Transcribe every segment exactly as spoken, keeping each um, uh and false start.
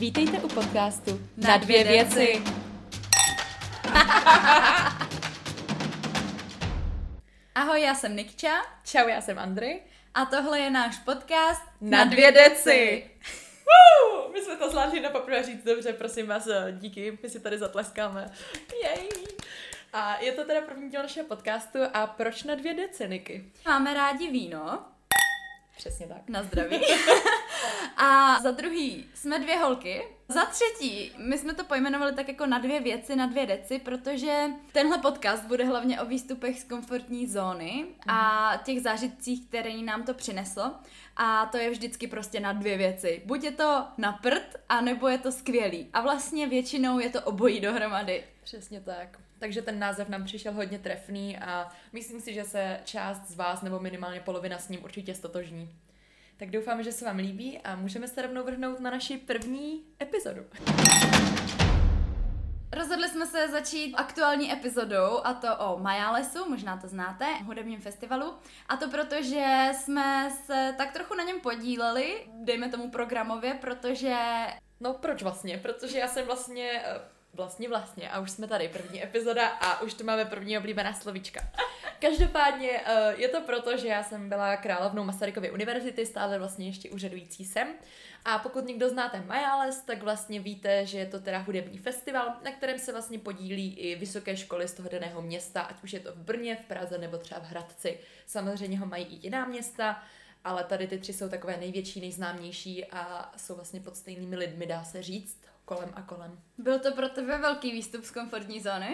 Vítejte u podcastu Na dvě věci. Ahoj, já jsem Nikča. Čau, já jsem Andrej. A tohle je náš podcast Na dvě deci. Woo! My jsme to zvládli na poprvé říct dobře, prosím vás, díky, my si tady zatleskáme. Jej. A je to teda první díl našeho podcastu a proč na dvě deci, Niky? Máme rádi víno. Přesně tak. Na zdraví. A za druhý jsme dvě holky. Za třetí, my jsme to pojmenovali tak jako na dvě věci, na dvě deci, protože tenhle podcast bude hlavně o výstupech z komfortní zóny a těch zážitcích, které nám to přineslo. A to je vždycky prostě na dvě věci. Buď je to na prd, anebo je to skvělý. A vlastně většinou je to obojí dohromady. Přesně tak. Takže ten název nám přišel hodně trefný a myslím si, že se část z vás, nebo minimálně polovina s ním určitě stotožní. Tak doufáme, že se vám líbí a můžeme se rovnou vrhnout na naši první epizodu. Rozhodli jsme se začít aktuální epizodou, a to o Majálesu, možná to znáte, hudebním festivalu. A to proto, že jsme se tak trochu na něm podíleli, dejme tomu programově, protože... No proč vlastně? Protože já jsem vlastně... Vlastně, vlastně. A už jsme tady, první epizoda a už tu máme první oblíbená slovíčka. Každopádně je to proto, že já jsem byla královnou Masarykovy univerzity, stále vlastně ještě úřadující jsem. A pokud někdo znáte Majáles, tak vlastně víte, že je to teda hudební festival, na kterém se vlastně podílí i vysoké školy z toho daného města, ať už je to v Brně, v Praze nebo třeba v Hradci. Samozřejmě ho mají i jiná města, ale tady ty tři jsou takové největší, nejznámější a jsou vlastně pod stejnými lidmi, dá se říct. Kolem a kolem. Byl to pro tebe velký výstup z komfortní zóny?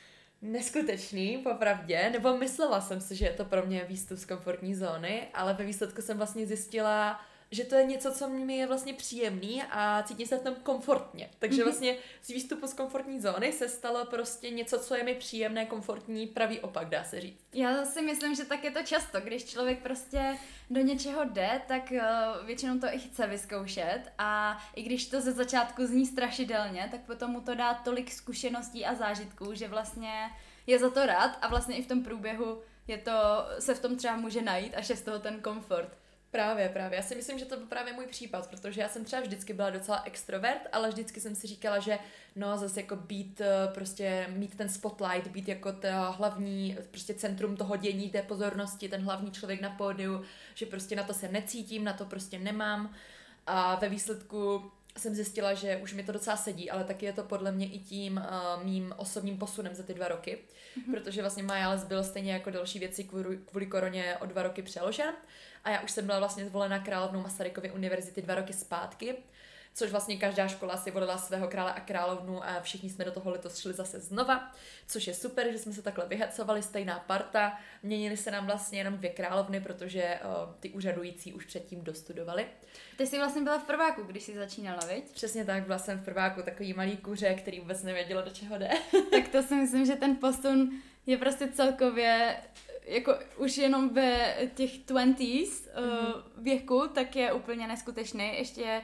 Neskutečný, popravdě, nebo myslela jsem si, že je to pro mě výstup z komfortní zóny, ale ve výsledku jsem vlastně zjistila, že to je něco, co mi je vlastně příjemný a cítím se v tom komfortně. Takže vlastně z výstupu z komfortní zóny se stalo prostě něco, co je mi příjemné, komfortní, pravý opak, dá se říct. Já si myslím, že tak je to často, když člověk prostě do něčeho jde, tak uh, většinou to i chce vyzkoušet a i když to ze začátku zní strašidelně, tak potom mu to dá tolik zkušeností a zážitků, že vlastně je za to rád a vlastně i v tom průběhu je to, se v tom třeba může najít, až je z toho ten komfort. Právě, právě. Já si myslím, že to byl právě můj případ, protože já jsem třeba vždycky byla docela extrovert, ale vždycky jsem si říkala, že no zase jako být prostě, mít ten spotlight, být jako to hlavní, prostě centrum toho dění, té pozornosti, ten hlavní člověk na pódiu, že prostě na to se necítím, na to prostě nemám a ve výsledku jsem zjistila, že už mi to docela sedí, ale taky je to podle mě i tím uh, mým osobním posunem za ty dva roky, mm-hmm. protože vlastně Majáles byl stejně jako další věci kvůli, kvůli koroně o dva roky přeložen a já už jsem byla vlastně zvolena královnou Masarykovy univerzity dva roky zpátky, což vlastně každá škola si volila svého krále a královnu a všichni jsme do toho letos šli zase znova, což je super, že jsme se takhle vyhecovali, stejná parta, měnili se nám vlastně jenom dvě královny, protože uh, ty úřadující už předtím dostudovali. Ty jsi vlastně byla v prváku, když jsi začínala, viď? Přesně tak, byla jsem v prváku, takový malý kuře, který vůbec nevědělo, do čeho jde. Tak to si myslím, že ten posun je prostě celkově, jako už jenom ve těch dvacátých mm-hmm. uh, věku, tak je úplně neskutečný, ještě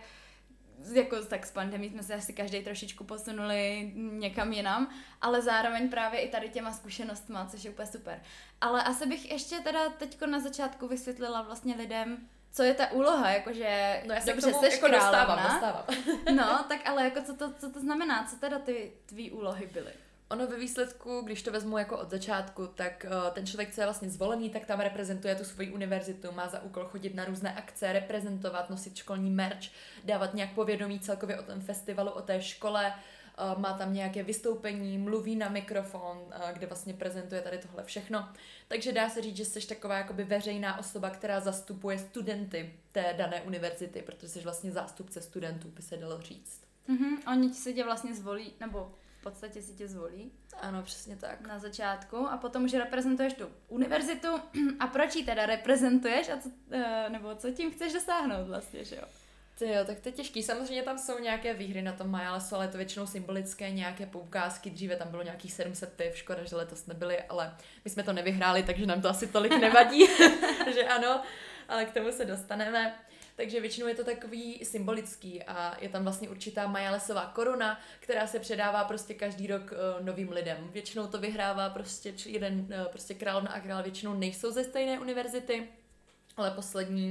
jako tak s pandemí jsme se asi každý trošičku posunuli někam jinam, ale zároveň právě i tady těma zkušenostma, což je úplně super. Ale asi bych ještě teda teďko na začátku vysvětlila vlastně lidem, co je ta úloha, jakože no já se dobře, k tomu seš jako dostávám, dostávám. No, tak ale jako co to, co to znamená, co teda ty tvý úlohy byly? Ono ve výsledku, když to vezmu jako od začátku, tak uh, ten člověk, co je vlastně zvolený, tak tam reprezentuje tu svoji univerzitu, má za úkol chodit na různé akce, reprezentovat, nosit školní merch, dávat nějak povědomí celkově o tom festivalu, o té škole, uh, má tam nějaké vystoupení, mluví na mikrofon, uh, kde vlastně prezentuje tady tohle všechno. Takže dá se říct, že jsi taková jakoby veřejná osoba, která zastupuje studenty té dané univerzity, protože jsi vlastně zástupce studentů, by se dalo říct. Mhm, oni si tě vlastně zvolí, nebo v podstatě si tě zvolí. Ano, přesně tak. Na začátku a potom už reprezentuješ tu univerzitu a proč ji teda reprezentuješ a co, nebo co tím chceš dosáhnout vlastně, že jo? Ty jo, tak to je těžký. Samozřejmě tam jsou nějaké výhry na tom Majálesu, ale je to většinou symbolické, nějaké poukázky. Dříve tam bylo nějakých sedm set piv, škoda, že letos nebyly, ale my jsme to nevyhráli, takže nám to asi tolik nevadí, že ano, ale k tomu se dostaneme. Takže většinou je to takový symbolický a je tam vlastně určitá Majálesová koruna, která se předává prostě každý rok uh, novým lidem. Většinou to vyhrává prostě jeden uh, prostě královna a král, většinou nejsou ze stejné univerzity, ale poslední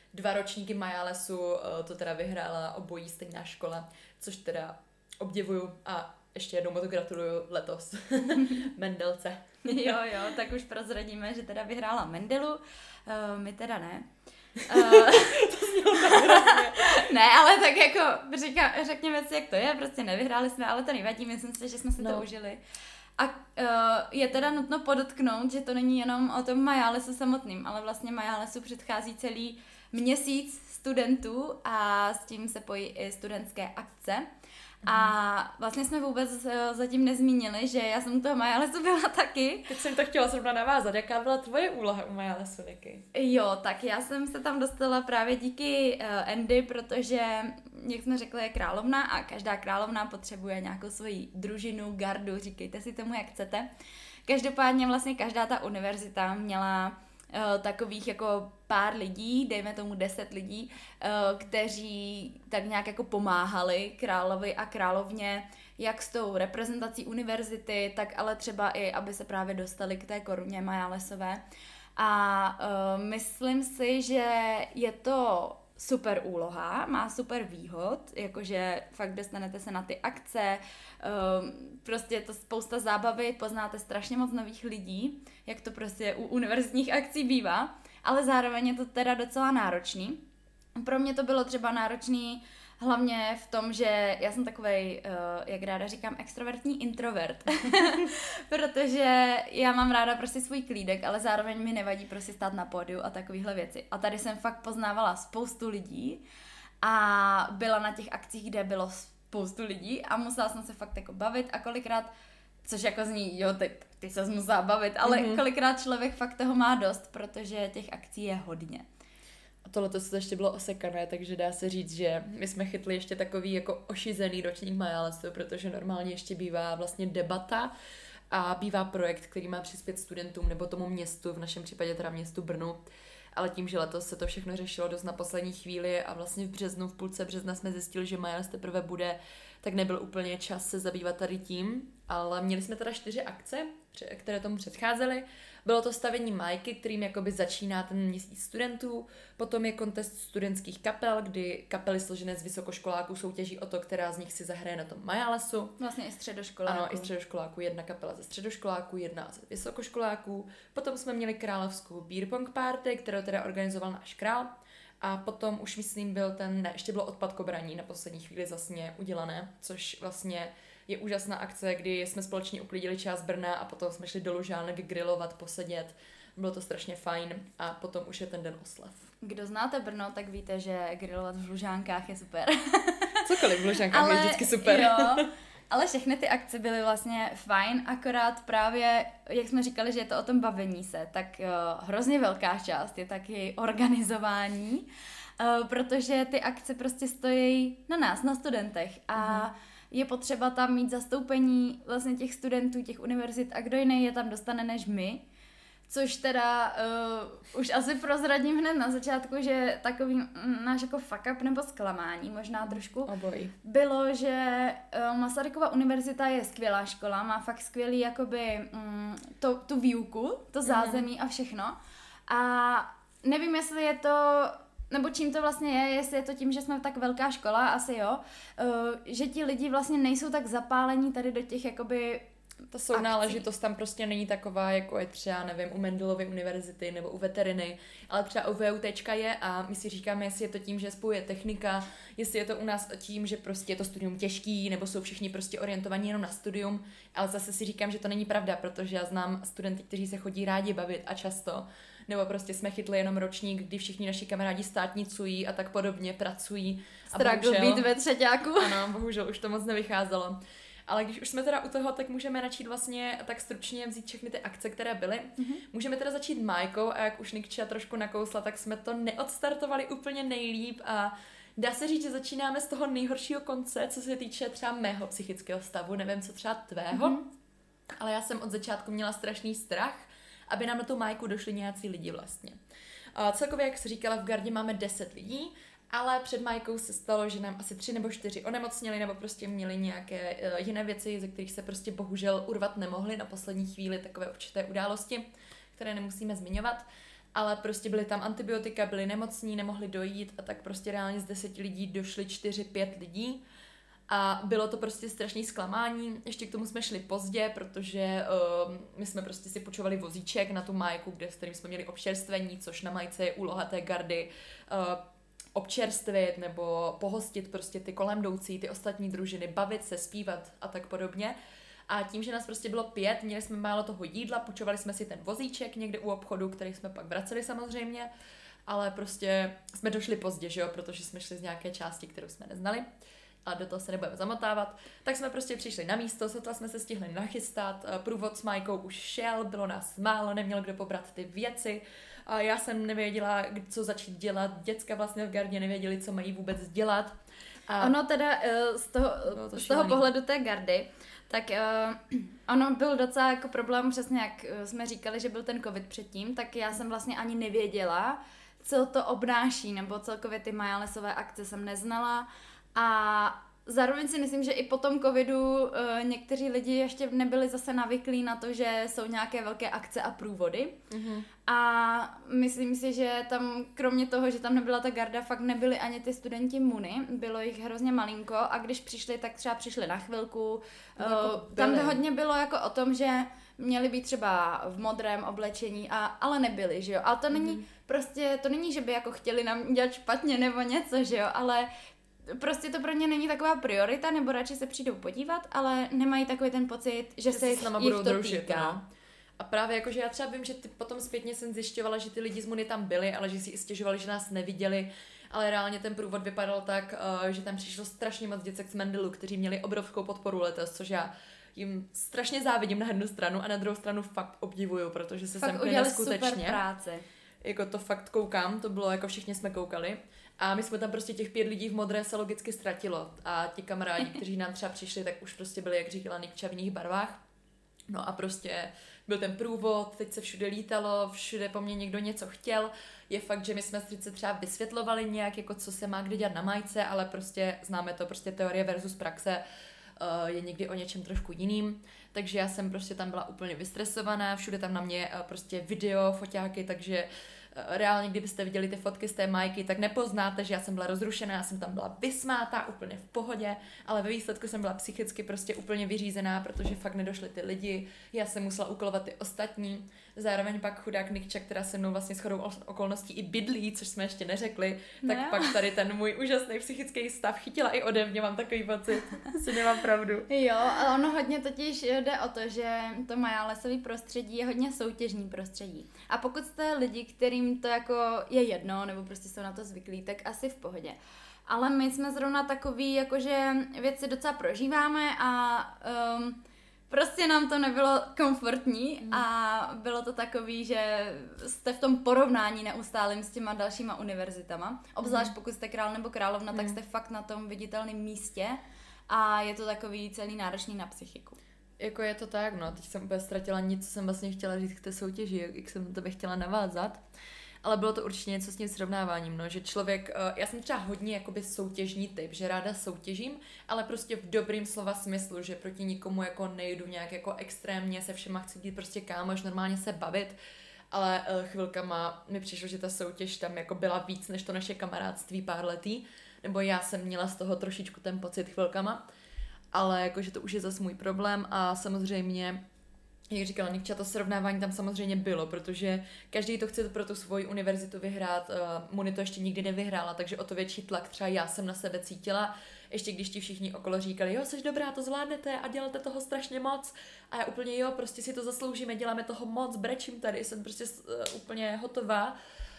dva ročníky Majalesu to teda vyhrála obojí stejná škola, což teda obdivuju a ještě jednou mu to gratuluju letos. Mendelce. Jo, jo, tak už prozradíme, že teda vyhrála Mendelu, uh, my teda ne. Uh, to znělo tak hrozně. Ne, ale tak jako říká, řekněme si, jak to je, prostě nevyhráli jsme, ale to nevadí, myslím si, že jsme si no. to užili. A uh, je teda nutno podotknout, že to není jenom o tom Majalesu samotným, ale vlastně Majalesu předchází celý měsíc studentů a s tím se pojí i studentské akce. A vlastně jsme vůbec zatím nezmínili, že já jsem u toho Majalesu byla taky. Teď jsem to chtěla zrovna navázat. Jaká byla tvoje úloha u Majalesu, Niky? Jo, tak já jsem se tam dostala právě díky uh, Andy, protože, jak jsme řekli, je královna a každá královna potřebuje nějakou svoji družinu, gardu, říkejte si tomu, jak chcete. Každopádně vlastně každá ta univerzita měla Uh, takových jako pár lidí, dejme tomu deset lidí, uh, kteří tak nějak jako pomáhali královi a královně, jak s tou reprezentací univerzity, tak ale třeba i, aby se právě dostali k té koruně Majalesové. A uh, myslím si, že je to super úloha, má super výhod, jakože fakt dostanete se na ty akce, um, prostě je to spousta zábavy, poznáte strašně moc nových lidí, jak to prostě u univerzitních akcí bývá, ale zároveň je to teda docela náročný. Pro mě to bylo třeba náročný hlavně v tom, že já jsem takovej, uh, jak ráda říkám, extrovertní introvert, protože já mám ráda prostě svůj klídek, ale zároveň mi nevadí prostě stát na pódiu a takovéhle věci. A tady jsem fakt poznávala spoustu lidí a byla na těch akcích, kde bylo spoustu lidí a musela jsem se fakt jako bavit a kolikrát, což jako zní, jo, ty, ty se musela bavit, ale mm-hmm. kolikrát člověk fakt toho má dost, protože těch akcí je hodně. A tohle to ještě bylo osekané, takže dá se říct, že my jsme chytli ještě takový jako ošizený ročník Majalesu, protože normálně ještě bývá vlastně debata a bývá projekt, který má přispět studentům nebo tomu městu, v našem případě teda městu Brnu. Ale tím, že letos se to všechno řešilo dost na poslední chvíli a vlastně v březnu, v půlce března jsme zjistili, že Majales teprve bude, tak nebyl úplně čas se zabývat tady tím, ale měli jsme teda čtyři akce, které tomu předcházely. Bylo to stavění Majky, kterým jakoby začíná ten měsíc studentů, potom je kontest studentských kapel, kdy kapely složené z vysokoškoláků soutěží o to, která z nich si zahraje na tom Majalesu. Vlastně i středoškoláků. Ano, i středoškoláků, jedna kapela ze středoškoláků, jedna ze vysokoškoláků. Potom jsme měli královskou beer pong party, kterou teda organizoval náš král. A potom už myslím byl ten, ne, ještě bylo odpad kobraní na poslední chvíli vlastně udělané, což vlastně je úžasná akce, kdy jsme společně uklidili část Brna a potom jsme šli do Lužánek grillovat, posedět. Bylo to strašně fajn a potom už je ten den oslav. Kdo znáte Brno, tak víte, že grillovat v Lužánkách je super. Cokoliv v Lužánkách ale, je vždycky super. Jo, ale všechny ty akce byly vlastně fajn, akorát právě, jak jsme říkali, že je to o tom bavení se, tak uh, hrozně velká část je taky organizování, uh, protože ty akce prostě stojí na nás, na studentech a mm. je potřeba tam mít zastoupení vlastně těch studentů, těch univerzit a kdo jiný je tam dostane než my. Což teda uh, už asi prozradím hned na začátku, že takový náš jako fuck up nebo zklamání možná trošku Obojí. bylo, že uh, Masarykova univerzita je skvělá škola, má fakt skvělý jakoby um, to, tu výuku, to zázemí mm. a všechno. A nevím, jestli je to, nebo čím to vlastně je, jestli je to tím, že jsme tak velká škola, asi jo, uh, že ti lidi vlastně nejsou tak zapálení tady do těch jakoby ta sounáležitost tam prostě není taková, jako je třeba, nevím, u Mendelovy univerzity nebo u veteriny, ale třeba u VUTčka je a my si říkáme, jestli je to tím, že spojuje technika, jestli je to u nás tím, že prostě je to studium těžký, nebo jsou všichni prostě orientovaní jenom na studium, ale zase si říkám, že to není pravda, protože já znám studenty, kteří se chodí rádi bavit a často, nebo prostě jsme chytli jenom ročník, kdy všichni naši kamarádi státnicují a tak podobně, pracují. Struggle být ve třeťáku. Ano, bohužel už to moc nevycházelo. Ale když už jsme teda u toho, tak můžeme načít vlastně tak stručně vzít všechny ty akce, které byly. Mm-hmm. Můžeme teda začít Majkou a jak už Nikča trošku nakousla, tak jsme to neodstartovali úplně nejlíp a dá se říct, že začínáme z toho nejhoršího konce, co se týče třeba mého psychického stavu, nevím, co třeba tvého, mm-hmm. ale já jsem od začátku měla strašný strach, aby nám na tu Majku došli nějací lidi vlastně. A celkově, jak jsi říkala, v gardě máme deset lidí, ale před Majkou se stalo, že nám asi tři nebo čtyři onemocněli nebo prostě měli nějaké uh, jiné věci, ze kterých se prostě bohužel urvat nemohli na poslední chvíli, takové určité události, které nemusíme zmiňovat. ale prostě byly tam antibiotika, byli nemocní, nemohli dojít a tak prostě reálně z deseti lidí došli čtyři, pět lidí. A bylo to prostě strašný zklamání, ještě k tomu jsme šli pozdě, protože uh, my jsme prostě si půjčovali vozíček na tu majku, kde, s kterým jsme měli občerstvení, což na majce je úloha té gardy, uh, občerstvit nebo pohostit prostě ty kolem jdoucí, ty ostatní družiny, bavit se, zpívat a tak podobně. A tím, že nás prostě bylo pět, měli jsme málo toho jídla, půjčovali jsme si ten vozíček někde u obchodu, který jsme pak vraceli samozřejmě, ale prostě jsme došli pozdě, že jo, protože jsme šli z nějaké části, kterou jsme neznali. A do toho se nebudeme zamotávat, tak jsme prostě přišli na místo, sotva jsme se stihli nachystat, průvod s Majkou už šel, bylo nás málo, neměl kdo pobrat ty věci a já jsem nevěděla, co začít dělat, děcka vlastně v gardě nevěděli, co mají vůbec dělat. A ono teda z toho, to z toho pohledu té gardy, tak uh, ono byl docela jako problém, přesně jak jsme říkali, že byl ten covid předtím, tak já jsem vlastně ani nevěděla, co to obnáší, nebo celkově ty Majálesové akce jsem neznala. A zároveň si myslím, že i po tom covidu uh, někteří lidi ještě nebyli zase navyklí na to, že jsou nějaké velké akce a průvody. Mm-hmm. A myslím si, že tam kromě toho, že tam nebyla ta garda, fakt nebyli ani ty studenti Muny, bylo jich hrozně malinko a když přišli, tak třeba přišli na chvilku. Uh, tam hodně bylo jako o tom, že měli být třeba v modrém oblečení, a, ale nebyli, že jo. Ale to mm-hmm. není prostě, to není, že by jako chtěli nám dělat špatně nebo něco, že jo, ale prostě to pro ně není taková priorita, nebo radši se přijdou podívat, ale nemají takový ten pocit, že, že se jich, jich to družit, týká. No. A právě jakože já třeba vím, že ty potom zpětně jsem zjišťovala, že ty lidi z Muny tam byli, ale že si i stěžovali, že nás neviděli, ale reálně ten průvod vypadal tak, že tam přišlo strašně moc děcek z Mendelu, kteří měli obrovskou podporu letos, což já jim strašně závidím na jednu stranu a na druhou stranu fakt obdivuju, protože se fakt semkli neskutečně. Super práci. Jako to fakt koukám, to bylo jako všichni jsme koukali. A my jsme tam prostě těch pět lidí v modré se logicky ztratilo. A ti kamarádi, kteří nám třeba přišli, tak už prostě byli, jak říkala Nikča, v jiných barvách. No a prostě byl ten průvod, teď se všude lítalo, všude po mně někdo něco chtěl. Je fakt, že my jsme si třeba vysvětlovali nějak, jako co se má kde dělat na majce, ale prostě známe to, prostě teorie versus praxe uh, je někdy o něčem trošku jiným. Takže já jsem prostě tam byla úplně vystresovaná, všude tam na mě uh, prostě video, foťáky, takže reálně, kdybyste viděli ty fotky z té Majky, tak nepoznáte, že já jsem byla rozrušená, já jsem tam byla vysmátá, úplně v pohodě, ale ve výsledku jsem byla psychicky prostě úplně vyřízená, protože fakt nedošli ty lidi, já jsem musela úkolovat ty ostatní, zároveň pak chudák Nikča, která se mnou vlastně shodou okolností i bydlí, což jsme ještě neřekli, tak no. Pak tady ten můj úžasný psychický stav chytila i ode mě, mám takový pocit, si nemám pravdu. Jo, ale ono hodně totiž jde o to, že to Majálesové prostředí je hodně soutěžní prostředí. A pokud jste lidi, kterým to jako je jedno, nebo prostě jsou na to zvyklí, tak asi v pohodě. Ale my jsme zrovna takový, jakože věci docela prožíváme a um, prostě nám to nebylo komfortní mm. a bylo to takový, že jste v tom porovnání neustálým s těma dalšíma univerzitama. Obzvlášť mm. pokud jste král nebo královna, mm. tak jste fakt na tom viditelném místě a je to takový celý náročný na psychiku. Jako je to tak, no, teď jsem úplně ztratila nic, co jsem vlastně chtěla říct k té soutěži, jak jsem to bych chtěla navázat. Ale bylo to určitě něco s tím srovnáváním, no, že člověk, já jsem třeba hodně jakoby soutěžní typ, že ráda soutěžím, ale prostě v dobrým slova smyslu, že proti nikomu jako nejdu nějak jako extrémně, se všema chci být prostě kámoš, normálně se bavit, ale chvilkama mi přišlo, že ta soutěž tam jako byla víc než to naše kamarádství pár letý, nebo já jsem měla z toho trošičku ten pocit chvilkama, ale jakože to už je zase můj problém a samozřejmě jak říkala Nikča, to srovnávání tam samozřejmě bylo, protože každý to chce pro tu svoji univerzitu vyhrát, uh, Muny to ještě nikdy nevyhrála, takže o to větší tlak třeba já jsem na sebe cítila, ještě když ti všichni okolo říkali, jo, jsi dobrá, to zvládnete a děláte toho strašně moc a já úplně jo, prostě si to zasloužíme, děláme toho moc, brečím tady, jsem prostě uh, úplně hotová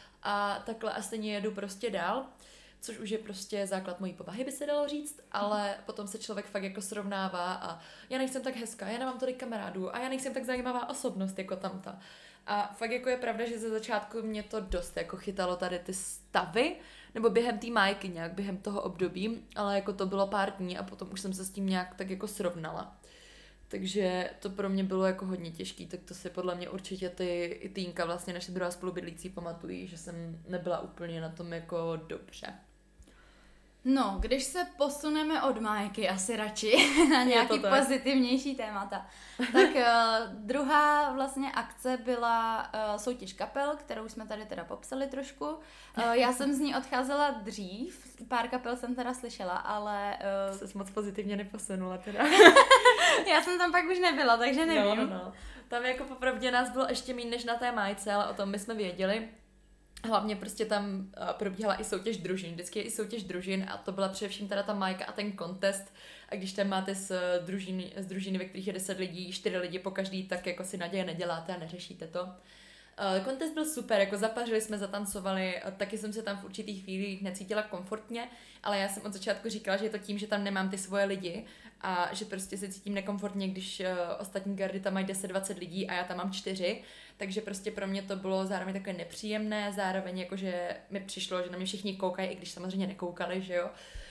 a takhle a stejně jedu prostě dál. Což už je prostě základ mojí povahy, by se dalo říct, ale potom se člověk fakt jako srovnává a já nejsem tak hezká, já nemám tolik kamarádů a já nejsem tak zajímavá osobnost jako tamta. A fakt jako je pravda, že ze začátku mě to dost jako chytalo tady ty stavy, nebo během té Majky nějak, během toho období, ale jako to bylo pár dní a potom už jsem se s tím nějak tak jako srovnala. Takže to pro mě bylo jako hodně těžký, tak to si podle mě určitě ty, i Týnka, vlastně naše druhá spolubydlící, pamatují, že jsem nebyla úplně na tom jako dobře. No, když se posuneme od Majky asi radši na nějaký pozitivnější témata, tak uh, druhá vlastně akce byla uh, soutěž kapel, kterou jsme tady teda popsali trošku. Uh, já jsem z ní odcházela dřív, pár kapel jsem teda slyšela, ale... Uh... Jsi moc pozitivně neposunula teda. Já jsem tam pak už nebyla, takže nevím. No, no, no. Tam jako popravdě nás bylo ještě méně než na té Majce, ale o tom my jsme věděli. Hlavně prostě tam probíhala i soutěž družin, vždycky je i soutěž družin a to byla především teda ta Majka a ten contest a když tam máte z družiny, z družiny, ve kterých je deset lidí, čtyři lidi po každý, tak jako si naděje neděláte a neřešíte to. Contest byl super, jako zapařili jsme, zatancovali, taky jsem se tam v určitých chvílích necítila komfortně, ale já jsem od začátku říkala, že je to tím, že tam nemám ty svoje lidi a že prostě se cítím nekomfortně, když ostatní gardy tam mají deset dvacet lidí a já tam mám čtyři, takže prostě pro mě to bylo zároveň takové nepříjemné, zároveň jakože mi přišlo, že na mě všichni koukají, i když samozřejmě nekoukali, že jo.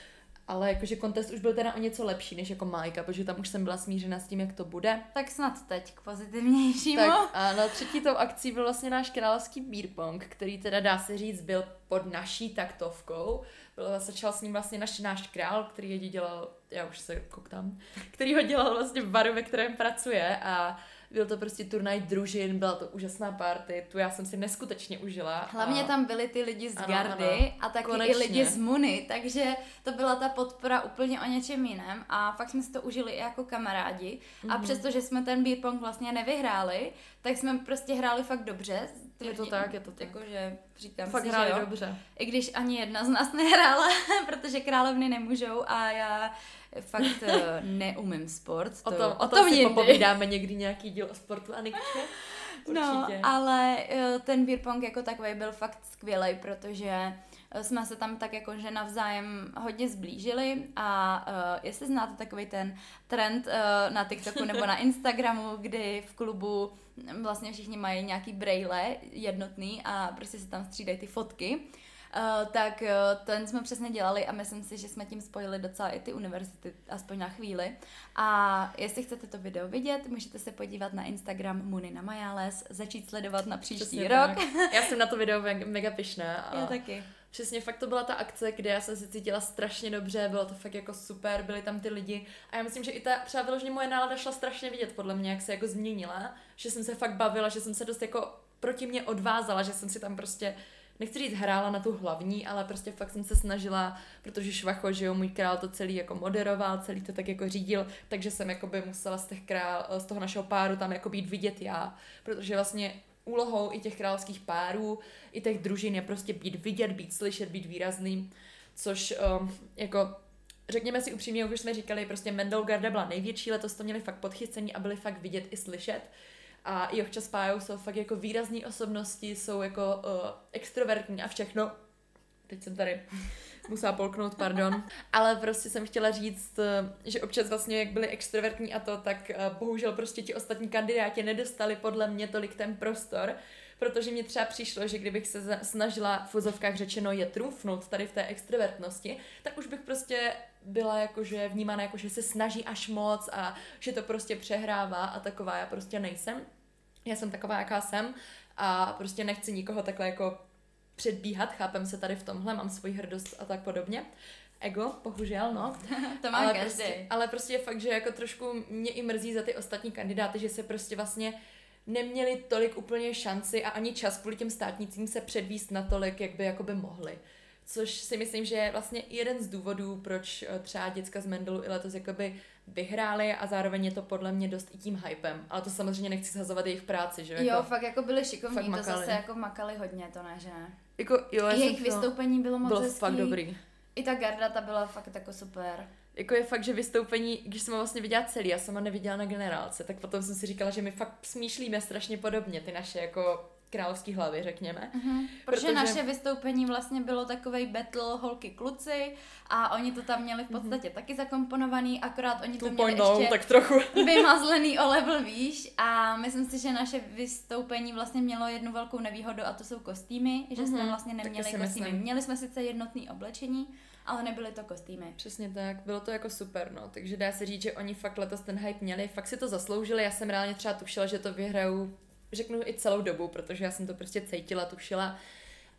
Ale jakože kontest už byl teda o něco lepší než jako Majka, protože tam už jsem byla smířena s tím, jak to bude. Tak snad teď k pozitivnějšímu. Tak a na třetí tou akcí byl vlastně náš královský beer pong, který teda dá se říct byl pod naší taktovkou. Byl, začal s ním vlastně naš, náš král, který je dělal, já už se koukám, který ho dělal vlastně v baru, ve kterém pracuje a byl to prostě turnaj družin, byla to úžasná party, tu já jsem si neskutečně užila. Hlavně a... tam byli ty lidi z ano, gardy ano. a taky Konečně. i lidi z Muny, takže to byla ta podpora úplně o něčem jiném a fakt jsme si to užili i jako kamarádi mm-hmm. a přestože jsme ten beer pong vlastně nevyhráli, tak jsme prostě hráli fakt dobře. Je to tak, je to tak. Jakože říkám fakt si, hráli že jo. dobře. I když ani jedna z nás nehrála, protože královny nemůžou a já fakt neumím sport. To, o tom, o o tom si jindy. popovídáme někdy nějaký díl o sportu, Aničko. No, ale ten beer pong jako takový byl fakt skvělej, protože jsme se tam tak jako že navzájem hodně zblížili a uh, jestli znáte takový ten trend uh, na TikToku nebo na Instagramu, kdy v klubu vlastně všichni mají nějaký brejle jednotný a prostě se tam střídají ty fotky, Uh, tak uh, ten jsme přesně dělali a myslím si, že jsme tím spojili docela i ty univerzity, aspoň na chvíli. A jestli chcete to video vidět, můžete se podívat na Instagram Muny na Majales, začít sledovat na příští přesně rok. Tak. Já jsem na to video mega pyšná. A já taky. Přesně, fakt to byla ta akce, kde já jsem se cítila strašně dobře, bylo to fakt jako super, byli tam ty lidi a já myslím, že i ta třeba vyloženě moje nálada šla strašně vidět podle mě, jak se jako změnila, že jsem se fakt bavila, že jsem se dost jako proti mě odvázala, že jsem si tam prostě nechci říct hrála na tu hlavní, ale prostě fakt jsem se snažila, protože Švacho, že jo, můj král to celý jako moderoval, celý to tak jako řídil, takže jsem jakoby musela z, těch král, z toho našeho páru tam jako být vidět já, protože vlastně úlohou i těch královských párů, i těch družin je prostě být vidět, být slyšet, být výrazný, což um, jako řekněme si upřímně, jak už jsme říkali, prostě Mendelgarda byla největší, letos to měli fakt podchycený a byli fakt vidět i slyšet. A i občas pájou jsou fakt jako výrazný osobnosti, jsou jako uh, extrovertní a všechno. Teď jsem tady musela polknout, pardon. Ale prostě jsem chtěla říct, uh, že občas vlastně jak byli extrovertní a to, tak uh, bohužel prostě ti ostatní kandidáti nedostali podle mě tolik ten prostor, protože mi třeba přišlo, že kdybych se snažila v vozovkách řečeno je trumfnout tady v té extrovertnosti, tak už bych prostě byla jakože vnímána jako, že se snaží až moc a že to prostě přehrává a taková já prostě nejsem. Já jsem taková, jaká jsem a prostě nechci nikoho takhle jako předbíhat, chápem se tady v tomhle, mám svoji hrdost a tak podobně. Ego, bohužel, no. To má ale každý. Prostě, ale prostě je fakt, že jako trošku mě i mrzí za ty ostatní kandidáty, že se prostě vlastně neměli tolik úplně šanci a ani čas kvůli těm státnicím se předvíst natolik, jak by jakoby mohli. Což si myslím, že je vlastně jeden z důvodů, proč třeba děcka z Mendelu i letos jakoby vyhráli a zároveň je to podle mě dost i tím hypem. Ale to samozřejmě nechci shazovat jejich práci, že? Jo, jako, fakt jako byli šikovní, to zase jako makali hodně, to ne, že ne? Jako, jo, jejich vystoupení bylo moc bylo hezký. Fakt dobrý. I ta garda, ta byla fakt jako super. Jako je fakt, že vystoupení, když jsem ho vlastně viděla celý, já jsem ho neviděla na generálce, tak potom jsem si říkala, že my fakt smýšlíme strašně podobně, ty naše jako královský hlavy, řekněme. Uh-huh. Protože, protože naše vystoupení vlastně bylo takovej battle holky kluci a oni to tam měli v podstatě uh-huh. taky zakomponovaný, akorát oni to měli ještě tak trochu vymazlený o level výš a myslím si, že naše vystoupení vlastně mělo jednu velkou nevýhodu a to jsou kostýmy, že uh-huh. jsme vlastně neměli kostýmy. Myslím. Měli jsme sice jednotný oblečení, ale nebyly to kostýmy. Přesně tak, bylo to jako super, no, takže dá se říct, že oni fakt letos ten hype měli, fakt si to zasloužili, já jsem reálně třeba tušila, že to vyhrajou, řeknu i celou dobu, protože já jsem to prostě cítila, tušila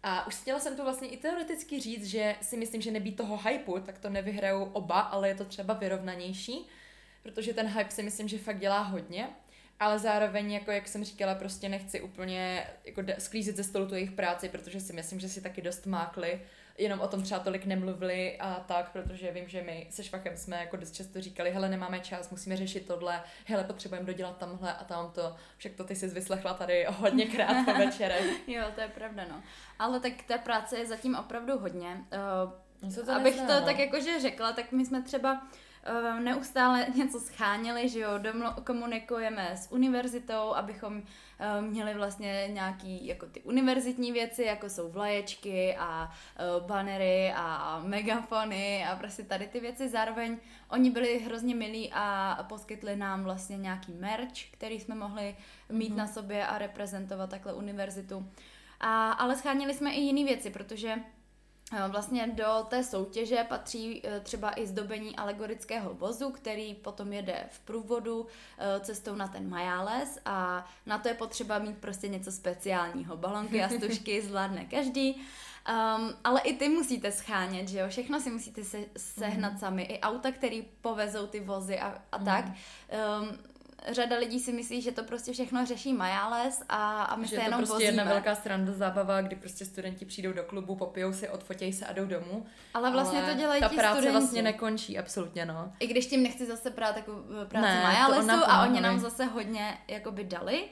A už chtěla jsem to vlastně i teoreticky říct, že si myslím, že nebýt toho hypeu, tak to nevyhrajou oba, ale je to třeba vyrovnanější, protože ten hype si myslím, že fakt dělá hodně, ale zároveň, jako jak jsem říkala, prostě nechci úplně jako sklízet ze stolu tu jejich práci, protože si myslím, že si taky dost mákli, jenom o tom třeba tolik nemluvili a tak, protože vím, že my se Švachem jsme jako dost často říkali, hele, nemáme čas, musíme řešit tohle, hele, potřebujeme dodělat tamhle a tam to, však to ty jsi vyslechla tady hodněkrát po večerech. Jo, to je pravda, no. Ale tak té práce je zatím opravdu hodně. Uh, to abych nezná, to no. tak jakože řekla, tak my jsme třeba uh, neustále něco scháněli, že jo, domlu- komunikujeme s univerzitou, abychom uh, měli vlastně nějaký jako ty univerzitní věci, jako jsou vlaječky a uh, bannery a megafony a prostě tady ty věci. Zároveň oni byli hrozně milí a poskytli nám vlastně nějaký merch, který jsme mohli mít mm-hmm. na sobě a reprezentovat takhle univerzitu. A, ale scháněli jsme i jiné věci, protože vlastně do té soutěže patří třeba i zdobení alegorického vozu, který potom jede v průvodu cestou na ten Majáles a na to je potřeba mít prostě něco speciálního. Balonky a stužky zvládne každý. Um, ale i ty musíte schánět, že jo? Všechno si musíte se, sehnat mm. sami. I auta, který povezou ty vozy a, a mm. tak. Um, Řada lidí si myslí, že to prostě všechno řeší Majáles a, a my že se jenom vozíme. Že to prostě vozíme. jedna velká sranda zábava, kdy prostě studenti přijdou do klubu, popijou si, odfotějí se a jdou domů. Ale vlastně ale to dělají ta ti práce studenti. vlastně nekončí, absolutně, no. I když tím nechci zase brát takovou práci ne, Majálesu a oni nám zase hodně jakoby dali.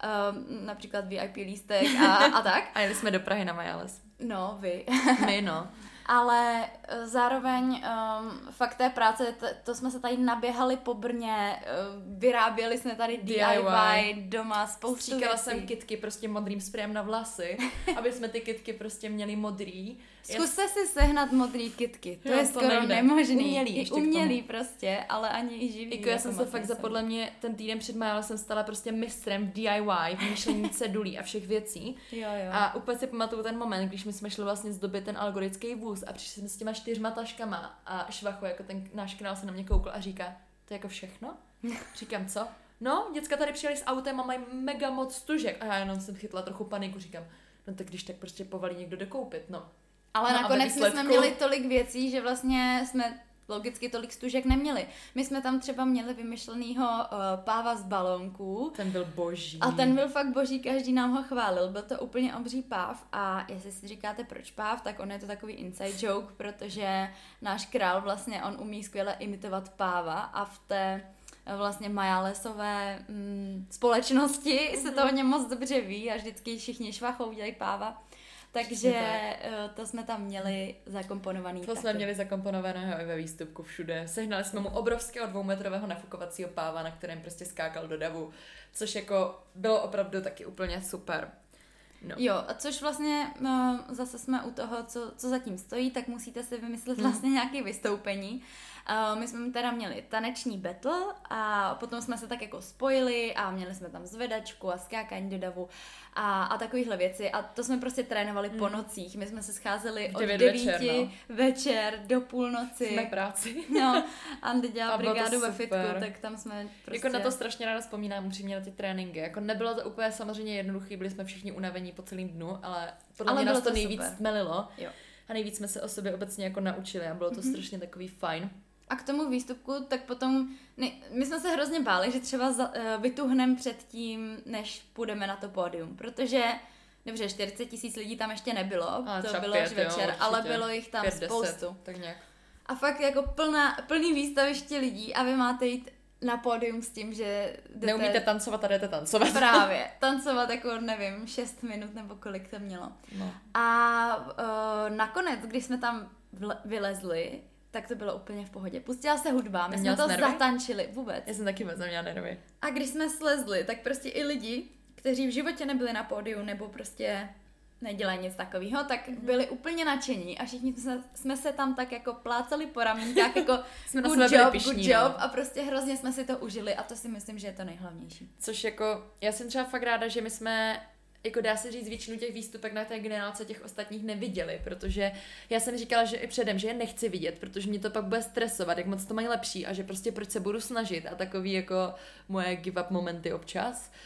Um, například V I P lístek a, a tak. A jeli jsme do Prahy na Majáles. No, vy. My, no. Ale zároveň um, fakt té práce, t- to jsme se tady naběhali po Brně, uh, vyráběli jsme tady D I Y doma, spoustu Stříkala věcí. jsem kytky prostě modrým sprejem na vlasy, aby jsme ty kytky prostě měli modrý. Zkuste si sehnat modrý kytky, to jo, je to skoro nejde. nemožný. Umělý, I umělý prostě, ale ani i živý. Jako já jsem se fakt za podle mě ten týden před Majále jsem stala prostě mistrem v D I Y, v myšlení cedulí a všech věcí. Jo, jo. A úplně si pamatuju ten moment, když my jsme šli vlastně zdobit ten alegorický vůz a přišli jsme s těma čtyřma taškama a Švacho, jako ten náš král, se na mě koukl a říká, to je jako všechno? Říkám, co? No, děcka tady přijeli s autem a mají mega moc stužek. A já jenom jsem chytla trochu paniku, říkám, no tak když tak prostě povalí někdo dokoupit, no. Ale no, nakonec výsledku... jsme měli tolik věcí, že vlastně jsme logicky tolik stužek neměli. My jsme tam třeba měli vymyšlenýho uh, páva z balónků. Ten byl boží. A ten byl fakt boží, každý nám ho chválil. Byl to úplně obří páv a jestli si říkáte proč páv, tak on je to takový inside joke, protože náš král vlastně, on umí skvěle imitovat páva a v té vlastně majálesové mm, společnosti mm-hmm. se to o něm moc dobře ví a vždycky všichni Švachou dělají páva. Takže tak. To jsme tam měli zakomponovaný. To taky. jsme měli zakomponovaného i ve výstupku všude. Sehnali jsme mu obrovského dvoumetrového nafukovacího páva, na kterém prostě skákal do davu, což jako bylo opravdu taky úplně super. No. Jo, a což vlastně no, zase jsme u toho, co, co zatím stojí, tak musíte si vymyslet vlastně hmm. nějaké vystoupení. Uh, my jsme teda měli taneční battle a potom jsme se tak jako spojili a měli jsme tam zvedačku a skákání do davu a, a takovýhle věci a to jsme prostě trénovali hmm. po nocích. My jsme se scházeli od devíti večer, no. večer do půlnoci. Jsme práci. No, Andy dělala brigádu ve super. fitku, tak tam jsme prostě... Jako na to strašně ráda vzpomínám upřímně na ty tréninky. Jako nebylo to úplně samozřejmě jednoduché, byli jsme všichni unavení po celém dnu, ale podle ale mě nás to, to nejvíc stmelilo. Jo. A nejvíc jsme se o sobě obecně jako naučili a bylo to mm-hmm. strašně takový fajn. A k tomu výstupku, tak potom, ne, my jsme se hrozně báli, že třeba za, uh, vytuhneme před tím, než půjdeme na to pódium, protože, dobře, čtyřicet tisíc lidí tam ještě nebylo, a to bylo pět, až večer, jo, ale bylo jich tam pět, spoustu. deset, tak nějak. A fakt jako plná, plný výstaviště lidí a vy máte jít na pódium s tím, že jdete... Neumíte tancovat a jdete tancovat. Právě, tancovat jako, nevím, šest minut nebo kolik to mělo. No. A uh, nakonec, když jsme tam vle- vylezli, tak to bylo úplně v pohodě. Pustila se hudba, my jsme to nervy? zatančili vůbec. Já jsem taky vůbec neměla nervy. A když jsme slezli, tak prostě i lidi, kteří v životě nebyli na pódiu nebo prostě nedělají nic takového, tak mm-hmm. byli úplně nadšení a všichni jsme, jsme se tam tak jako plácali po ramínkách, jako jsme good na job, pišní, good job no. A prostě hrozně jsme si to užili a to si myslím, že je to nejhlavnější. Což jako, já jsem třeba fakt ráda, že my jsme jako dá se říct, většinu těch výstupek na té generace těch ostatních neviděli, protože já jsem říkala, že i předem, že je nechci vidět, protože mě to pak bude stresovat, jak moc to mají lepší a že prostě proč se budu snažit a takový jako moje give up momenty občas.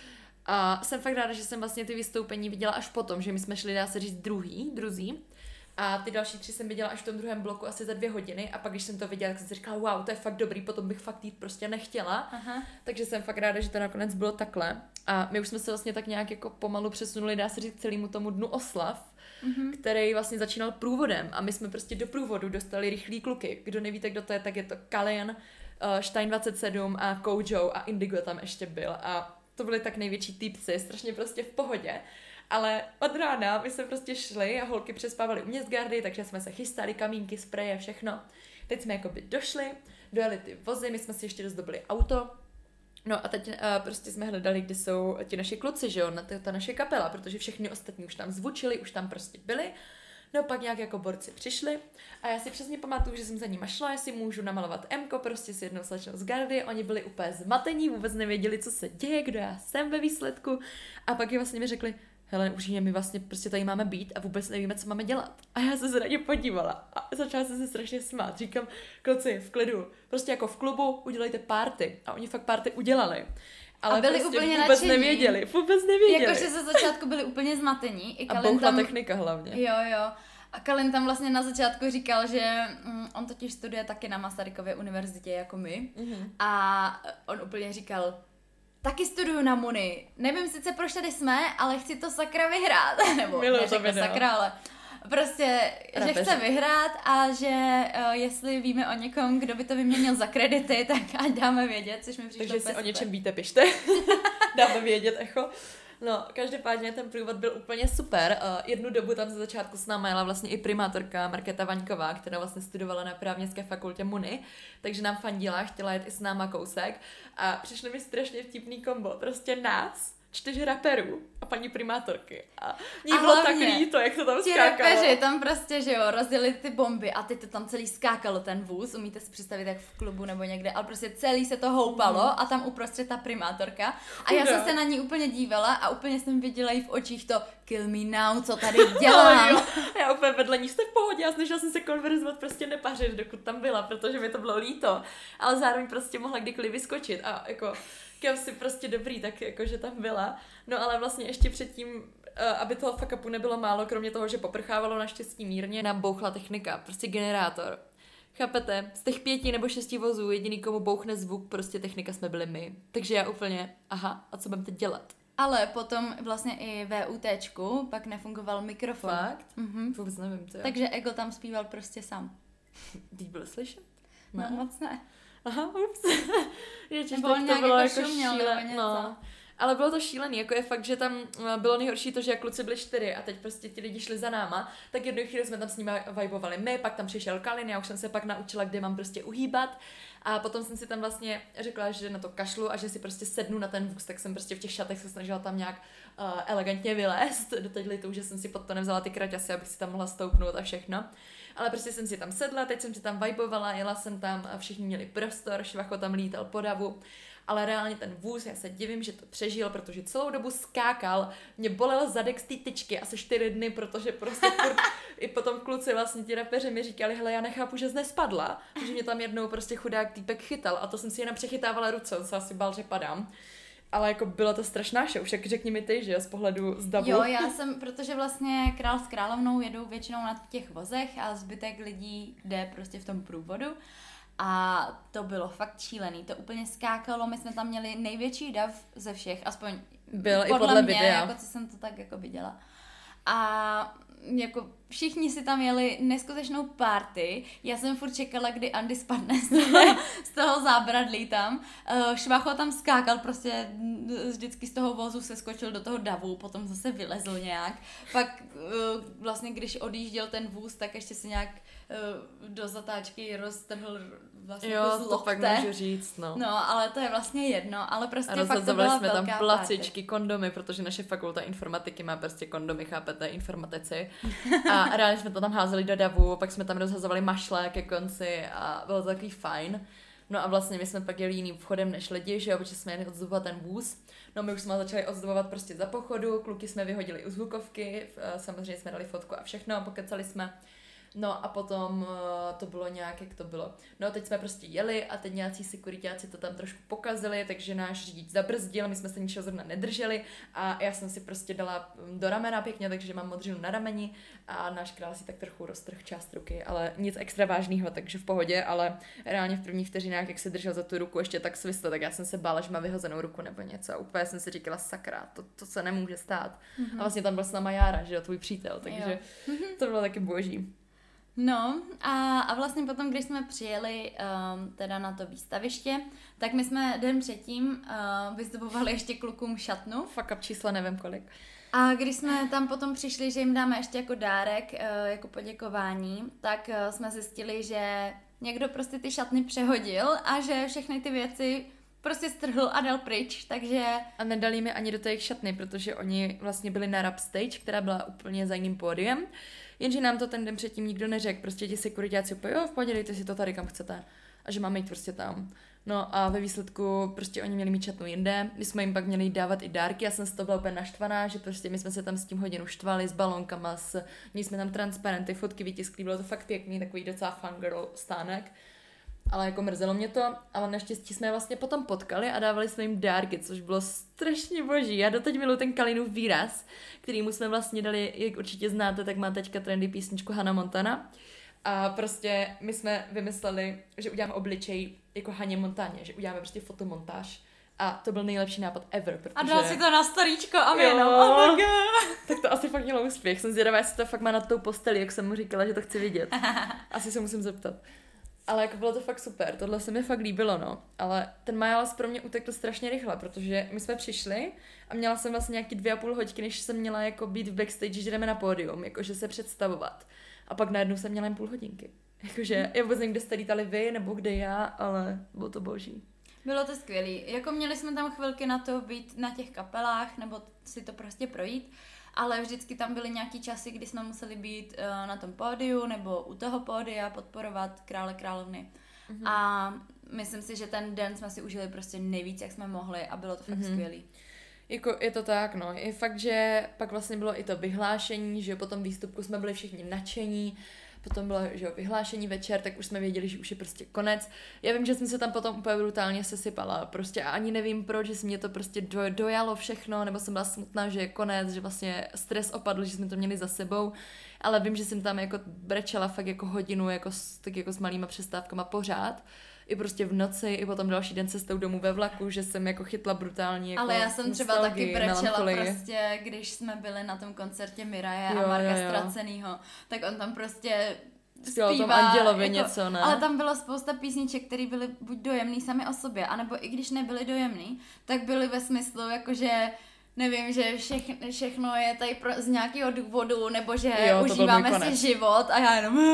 A jsem fakt ráda, že jsem vlastně ty vystoupení viděla až potom, že my jsme šli, dá se říct, druhý, druzí. A ty další tři jsem viděla až v tom druhém bloku asi za dvě hodiny a pak, když jsem to viděla, tak jsem si říkala, wow, to je fakt dobrý, potom bych fakt jít prostě nechtěla. Aha. Takže jsem fakt ráda, že to nakonec bylo takhle. A my už jsme se vlastně tak nějak jako pomalu přesunuli, dá se říct, celému tomu dnu oslav, mm-hmm. který vlastně začínal průvodem a my jsme prostě do průvodu dostali rychlí kluky. Kdo nevíte, kdo to je, tak je to Kalien, uh, Stein dvacet sedm a Kojo a Indigo tam ještě byl a to byly tak největší týpci, strašně prostě v pohodě. Ale od rána my jsme prostě šli a holky přespávaly u Městgardy, takže jsme se chystali, kamínky, spreje, všechno. Teď jsme jakoby došli, dojeli ty vozy, my jsme si ještě dozdobili auto. No a teď uh, prostě jsme hledali, kde jsou ti naši kluci, že jo, na ta naše kapela, protože všechny ostatní už tam zvučili, už tam prostě byli. No pak nějak jako borci přišli a já si přesně pamatuju, že jsem za nima šla, jestli můžu namalovat Mko, prostě si jednou slečnou z gardy, oni byli úplně zmatení, vůbec nevěděli, co se děje, kdo já jsem ve výsledku a pak je vlastně mi řekli, hele, už my vlastně prostě tady máme být a vůbec nevíme, co máme dělat. A já se na ně podívala a začala jsem se strašně smát. Říkám, kluci, v klidu, prostě jako v klubu udělejte party. A oni fakt party udělali. Ale a byli prostě úplně vůbec nadšení. nevěděli, vůbec nevěděli. Jakože ze začátku byli úplně zmatení. I a bouchla tam... technika hlavně. Jo, jo. A Kalin tam vlastně na začátku říkal, že mm, on totiž studuje taky na Masarykově univerzitě jako my. Mm-hmm. A on úplně říkal, taky studuju na Muni. Nevím sice, proč tady jsme, ale chci to sakra vyhrát. Nebo neřekl sakra, ale prostě, Rapeři. Že chce vyhrát a že uh, jestli víme o někom, kdo by to vyměnil za kredity, tak ať dáme vědět, což mi přišlo. Takže si o něčem víte, pište. Dáme vědět, echo. No, každopádně ten průvod byl úplně super. Uh, jednu dobu tam ze začátku s náma jela vlastně i primátorka Markéta Vaňková, která vlastně studovala na právnické fakultě Muny, takže nám fandila, chtěla jet i s náma kousek a přišlo mi strašně vtipný kombo, prostě nás, čtyř raperů a paní primátorky. A ní bylo tak líto, jak to tam ti skákalo. Ti rapeři tam prostě, že jo, rozdělili ty bomby a teď to tam celý skákalo ten vůz, umíte si představit jak v klubu nebo někde, ale prostě celý se to houpalo mm. a tam uprostřed ta primátorka. A já jsem se na ní úplně dívala a úplně jsem viděla jí v očích to kill me now, co tady dělám. Já úplně vedle ní, jste v pohodě, já snažila jsem se konverzovat, prostě nepařit, dokud tam byla, protože mi to bylo líto. Ale zároveň prostě mohla kdykoliv vyskočit a jako kam si prostě dobrý, tak jako, že tam byla. No ale vlastně ještě předtím, aby toho fuck upu nebylo málo, kromě toho, že poprchávalo naštěstí mírně, nám bouchla technika, prostě generátor. Chápete? Z těch pěti nebo šesti vozů jediný, komu bouchne zvuk, prostě technika jsme byli my. Takže já úplně, aha, a co budeme teď dělat? Ale potom vlastně i v UTčku pak nefungoval mikrofon. Fakt? Mhm. Vůbec nevím, to jo. Takže Ego tam zpíval prostě sám. Teď byl slyšet? Ne. No moc ne. Aha, ups. Ježiš, nebo on to bylo jako šuměl, šílené. No. Ale bylo to šílený, jako je fakt, že tam bylo nejhorší to, že jak kluci byli čtyři a teď prostě ti lidi šli za náma, tak jednu chvíli jsme tam s nimi vibovali my, pak tam přišel Kalin, já už jsem se pak naučila, kde mám prostě uhýbat a potom jsem si tam vlastně řekla, že na to kašlu a že si prostě sednu na ten vůz, tak jsem prostě v těch šatech se snažila tam nějak uh, elegantně vylézt, do teď litu, že jsem si pod to nevzala ty kraťasy, abych si tam mohla stoupnout a všechno. Ale prostě jsem si tam sedla, teď jsem si tam vibovala, jela jsem tam a všichni měli prostor, Švacho tam lítal po davu. Ale reálně ten vůz, já se divím, že to přežil, protože celou dobu skákal, mě bolel zadek z té tyčky asi čtyři dny, protože prostě furt, i potom kluci vlastně ti rapeři mi říkali, hele, já nechápu, že jsi nespadla, že mě tam jednou prostě chudák týpek chytal a to jsem si jenom přechytávala ruce, on se asi bál, že padám. Ale jako byla to strašná show, však řekni mi ty, že z pohledu z davu. Jo, já jsem, protože vlastně král s královnou jedou většinou na těch vozech a zbytek lidí jde prostě v tom průvodu. A to bylo fakt šílený, to úplně skákalo, my jsme tam měli největší dav ze všech, aspoň byl podle, i podle mě, videa. jako co jsem to tak jako viděla. A jako všichni si tam jeli neskutečnou party, já jsem furt čekala, kdy Andy spadne z toho, z toho zábradlí tam. Švacho tam skákal, prostě vždycky z toho vozu se skočil do toho davu, potom zase vylezl nějak. Pak vlastně, když odjížděl ten vůz, tak ještě si nějak do zatáčky roztrhl vlastně jo, z to fakt můžu říct, no. No, ale to je vlastně jedno, ale prostě a fakt to byla jsme tam velká placičky, party. kondomy, protože naše fakulta informatiky má prostě kondomy, chápete, informatici. A reálně jsme to tam házeli do davu, pak jsme tam rozhazovali mašle ke konci a bylo to takový fajn. No a vlastně my jsme pak jeli jiným vchodem než lidi, že jo, protože jsme jeli odzdobovat ten vůz. No my už jsme začali odzdobovat prostě za pochodu, kluky jsme vyhodili u zvukovky, samozřejmě jsme dali fotku a všechno, pokecali jsme. No a potom uh, to bylo nějak, jak to bylo. No teď jsme prostě jeli a teď nějací sekuritáci to tam trošku pokazili, takže náš řidič zabrzdil, my jsme se ničeho zrovna nedrželi a já jsem si prostě dala do ramena pěkně, takže mám modřinu na rameni a náš král si tak trochu roztrh část ruky, ale nic extra vážného, takže v pohodě, ale reálně v prvních vteřinách, jak se držel za tu ruku ještě tak svistl, tak já jsem se bála, že má vyhozenou ruku nebo něco a úplně jsem si říkala sakra, to, to se nemůže stát. Mm-hmm. A vlastně tam byl s náma Jára, že jo, tvůj přítel, takže to bylo taky boží. No a, a vlastně potom, když jsme přijeli um, teda na to výstaviště, tak my jsme den předtím uh, vyzdobovali ještě klukům šatnu. Fuck up čísla, nevím kolik. A když jsme tam potom přišli, že jim dáme ještě jako dárek, uh, jako poděkování, tak uh, jsme zjistili, že někdo prostě ty šatny přehodil a že všechny ty věci prostě strhl a dal pryč, takže... A nedali mi ani do těch šatny, protože oni vlastně byli na rap stage, která byla úplně za jiným pódiem. Jenže nám to ten den předtím nikdo neřekl, prostě ti sekuritáci úplně, jo, v pohodě, dejte si to tady, kam chcete. A že máme jít prostě tam. No a ve výsledku prostě oni měli mít šatnu jinde, my jsme jim pak měli dávat i dárky, já jsem z toho byla úplně naštvaná, že prostě my jsme se tam s tím hodinu štvali, s balónkama, s, měli jsme tam transparenty, fotky vytisklý, bylo to fakt pěkný, takový docela fangirl stánek. Ale jako mrzelo mě to, ale naštěstí jsme je vlastně potom potkali a dávali jsme jim dárky, což bylo strašně boží. Já doteď miluji ten Kalinův výraz, kterýmu jsme vlastně dali, jak určitě znáte, tak má teďka trendy písničku Hannah Montana. A prostě my jsme vymysleli, že uděláme obličej jako Haně Montaně, že uděláme prostě fotomontáž. A to byl nejlepší nápad ever, protože... A dal si to na storíčko a jenom, oh my god. Tak to asi fakt mělo úspěch. Jsem zvědavá, jestli to fakt má nad tou postelí, jak jsem mu říkala, že to chci vidět. Asi se musím zeptat. Ale jako bylo to fakt super, tohle se mi fakt líbilo, no. Ale ten Majalas pro mě utekl strašně rychle, protože my jsme přišli a měla jsem vlastně nějaký dvě a půl hodiny, než jsem měla jako být v backstage, že jdeme na pódium, jakože se představovat. A pak najednou jsem měla jen půl hodinky. Jakože já vůbec nevím, kde jste lítali vy, nebo kde já, ale bylo to boží. Bylo to skvělý. Jako měli jsme tam chvilky na to být na těch kapelách, nebo si to prostě projít. Ale vždycky tam byly nějaký časy, kdy jsme museli být uh, na tom pódiu nebo u toho pódia podporovat krále královny. Mm-hmm. A myslím si, že ten den jsme si užili prostě nejvíc, jak jsme mohli a bylo to fakt mm-hmm. skvělý. Jako je to tak, no. Je fakt, že pak vlastně bylo i to vyhlášení, že po tom výstupku jsme byli všichni nadšení, potom bylo, že jo, vyhlášení večer, tak už jsme věděli, že už je prostě konec. Já vím, že jsem se tam potom úplně brutálně sesypala, prostě a ani nevím proč, že se mě to prostě do, dojalo všechno, nebo jsem byla smutná, že je konec, že vlastně stres opadl, že jsme to měli za sebou, ale vím, že jsem tam jako brečela fakt jako hodinu, jako, tak jako s malýma přestávkama pořád. I prostě v noci, i potom další den cestou domů ve vlaku, že jsem jako chytla brutálně jako ale já jsem třeba taky brečela prostě, když jsme byli na tom koncertě Miraje a Marka Ztracenýho, tak on tam prostě zpívá. Tom Andělovi jako, něco, ne? Ale tam bylo spousta písniček, které byly buď dojemný sami o sobě, anebo i když nebyly dojemný, tak byly ve smyslu jakože nevím, že všechno, všechno je tady pro, z nějakého důvodu, nebo že jo, užíváme si život a já jenom...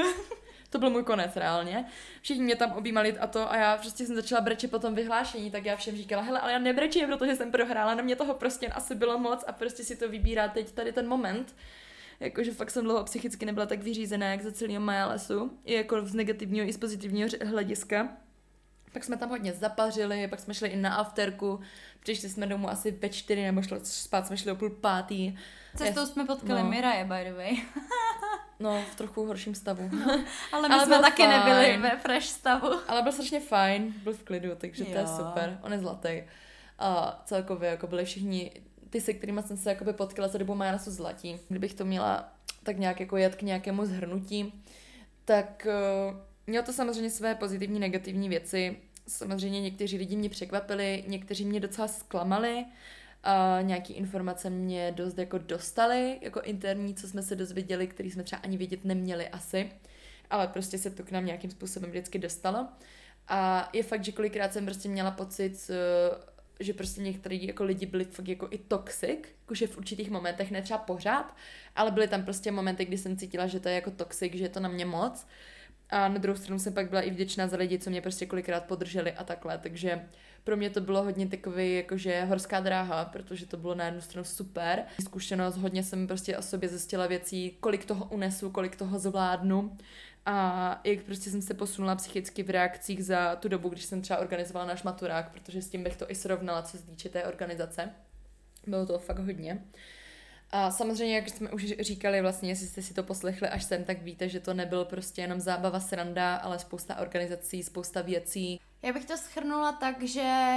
To byl můj konec reálně. Všichni mě tam objímali a to a já prostě jsem začala brečet po tom vyhlášení, tak já všem říkala, hele, ale já nebrečím, protože jsem prohrála, na mě toho prostě asi bylo moc a prostě si to vybírá teď tady ten moment. Jakože fakt jsem dlouho psychicky nebyla tak vyřízená, jak za celého Majalesu, i jako z negativního, i z pozitivního hlediska. Pak jsme tam hodně zapařili, pak jsme šli i na afterku, přišli jsme domů asi ve čtyři, nebo šlo, spát jsme šli o půl pátý. Cestou jsme potkali no. Miraje, by the way. No, v trochu horším stavu. No, ale my ale jsme taky fajn. Nebyli ve fresh stavu. Ale byl strašně fajn, byl v klidu, takže jo. To je super. On je zlatý. A celkově jako byli všichni, ty se kterými jsem se jakoby potkala za dobu Majalasu zlatí. Kdybych to měla tak nějak jako jet k nějakému zhrnutí, tak uh, mělo to samozřejmě své pozitivní, negativní věci. Samozřejmě někteří lidi mě překvapili, někteří mě docela zklamali. A nějaký informace mě dost jako dostaly, jako interní, co jsme se dozvěděli, který jsme třeba ani vědět neměli asi, ale prostě se to k nám nějakým způsobem vždycky dostalo. A je fakt, že kolikrát jsem prostě měla pocit, že prostě některý jako lidi byli fakt jako i toxic, jakože v určitých momentech, ne třeba pořád, ale byly tam prostě momenty, kdy jsem cítila, že to je jako toxic, že je to na mě moc. A na druhou stranu jsem pak byla i vděčná za lidi, co mě prostě kolikrát podrželi a takhle, takže pro mě to bylo hodně takový jakože horská dráha, protože to bylo na jednu stranu super. Zkušenost, hodně jsem prostě o sobě zjistila věcí, kolik toho unesu, kolik toho zvládnu a jak prostě jsem se posunula psychicky v reakcích za tu dobu, když jsem třeba organizovala náš maturák, protože s tím bych to i srovnala, co se týče té organizace. Bylo to fakt hodně. A samozřejmě, jak jsme už říkali, vlastně, jestli jste si to poslechli až sem, tak víte, že to nebyl prostě jenom zábava, sranda, ale spousta organizací, spousta věcí. Já bych to shrnula tak, že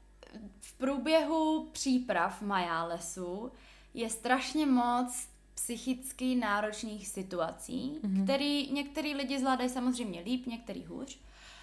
v průběhu příprav Majálesu je strašně moc psychicky náročných situací, mm-hmm. který některý lidi zvládají samozřejmě líp, některý hůř,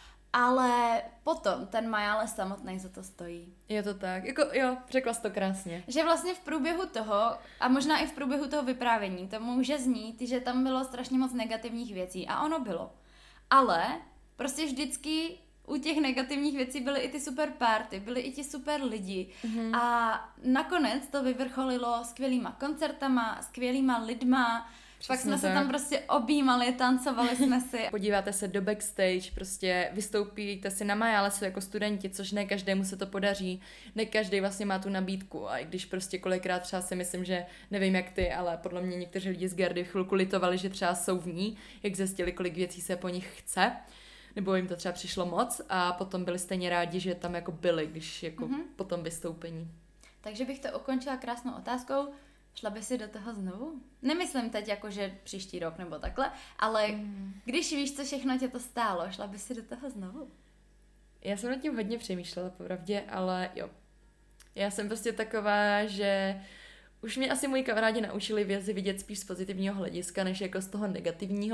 ale potom ten Majáles samotný za to stojí. Je to tak, jako jo, řekla jsi to krásně. Že vlastně v průběhu toho, a možná i v průběhu toho vyprávění, to může znít, že tam bylo strašně moc negativních věcí a ono bylo. Ale prostě vždycky u těch negativních věcí byly i ty super party, byly i ti super lidi. Mm-hmm. A nakonec to vyvrcholilo skvělýma koncertama, skvělýma lidma. Přesně Pak jsme tak. se tam prostě objímali, tancovali jsme si. Podíváte se do backstage, prostě vystoupíte si na Majálesu jako studenti, což ne každému se to podaří. Ne každý vlastně má tu nabídku a i když prostě kolikrát třeba si myslím, že nevím jak ty, ale podle mě někteří lidi z Gardy chvilku litovali, že třeba jsou v ní, jak zjistili, kolik věcí se po nich chce. Nebo jim to třeba přišlo moc a potom byli stejně rádi, že tam jako byli, když jako mm-hmm. po tom vystoupení. Takže bych to ukončila krásnou otázkou. Šla by si do toho znovu? Nemyslím teď jako, že příští rok nebo takhle, ale mm. když víš, co všechno tě to stálo, šla by si do toho znovu? Já jsem nad tím hodně přemýšlela, popravdě, ale jo. Já jsem prostě taková, že už mě asi moji kamarádi naučili věci vidět spíš z pozitivního hlediska, než jako z toho negativního.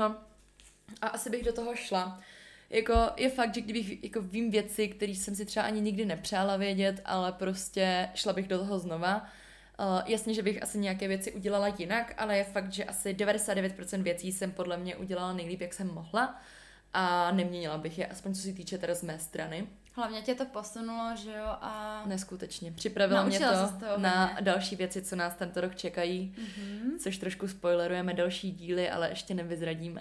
A asi bych do toho šla. Jako je fakt, že kdybych jako vím věci, které jsem si třeba ani nikdy nepřála vědět, ale prostě šla bych do toho znova. Uh, jasně, že bych asi nějaké věci udělala jinak, ale je fakt, že asi devadesát devět procent věcí jsem podle mě udělala nejlíp, jak jsem mohla a neměnila bych je, aspoň co se týče teda z mé strany. Hlavně tě to posunulo, že jo? A... Neskutečně. Připravila mě to na ne? další věci, co nás tento rok čekají, mm-hmm. což trošku spoilerujeme další díly, ale ještě nevyzradíme.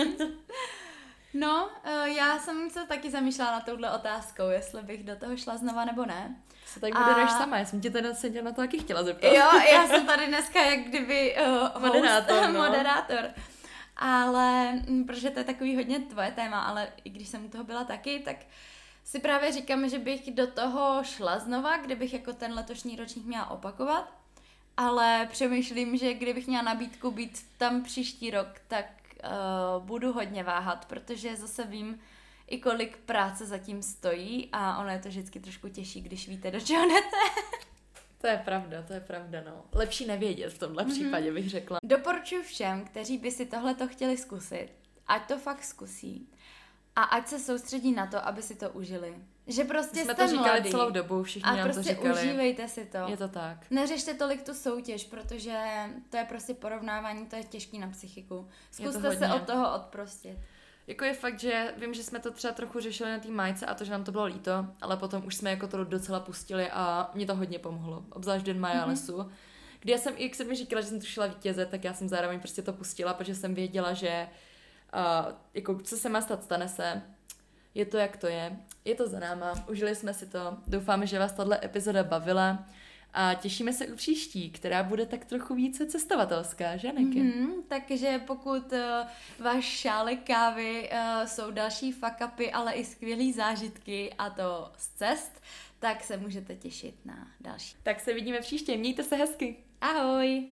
No, já jsem se taky zamýšlela na touhle otázkou, jestli bych do toho šla znova nebo ne. Se tady budeš a... sama, já jsem tě teda se na to taky chtěla zeptat. Jo, já jsem tady dneska jak kdyby uh, host, moderátor, no. moderátor. Ale, m, protože to je takový hodně tvoje téma, ale i když jsem u toho byla taky, tak si právě říkám, že bych do toho šla znova, kdybych jako ten letošní ročník měla opakovat. Ale přemýšlím, že kdybych měla nabídku být tam příští rok, tak Uh, budu hodně váhat, protože zase vím i kolik práce zatím stojí a ono je to vždycky trošku těžší, když víte, do čeho jdete. To je pravda, to je pravda, no. Lepší nevědět v tomhle mm-hmm. případě, bych řekla. Doporučuji všem, kteří by si tohleto chtěli zkusit, ať to fakt zkusí a ať se soustředí na to, aby si to užili. Že prostě jsme jste to říkali mladý celou dobu, všichni a nám prostě to říkali. Užívejte si to. Je to tak. Neřešte tolik tu soutěž, protože to je prostě porovnávání, to je těžký na psychiku. Zkuste se od toho odprostit. Jako je fakt, že vím, že jsme to třeba trochu řešili na té majce a to, že nám to bylo líto, ale potom už jsme jako to docela pustili a mě to hodně pomohlo. Obzvlášť den Majálesu. Mm-hmm. Kdy já jsem, jak jsem mi říkala, že jsem tušila vítěze, tak já jsem zároveň prostě to pustila, protože jsem věděla, že uh, jako co se má stát, stane se. Je to, jak to je. Je to za náma. Užili jsme si to. Doufáme, že vás tahle epizoda bavila. A těšíme se u příští, která bude tak trochu více cestovatelská, že Neky? Mm-hmm, takže pokud uh, váš šálek kávy uh, jsou další fuck-upy, ale i skvělý zážitky a to z cest, tak se můžete těšit na další. Tak se vidíme příště. Mějte se hezky. Ahoj!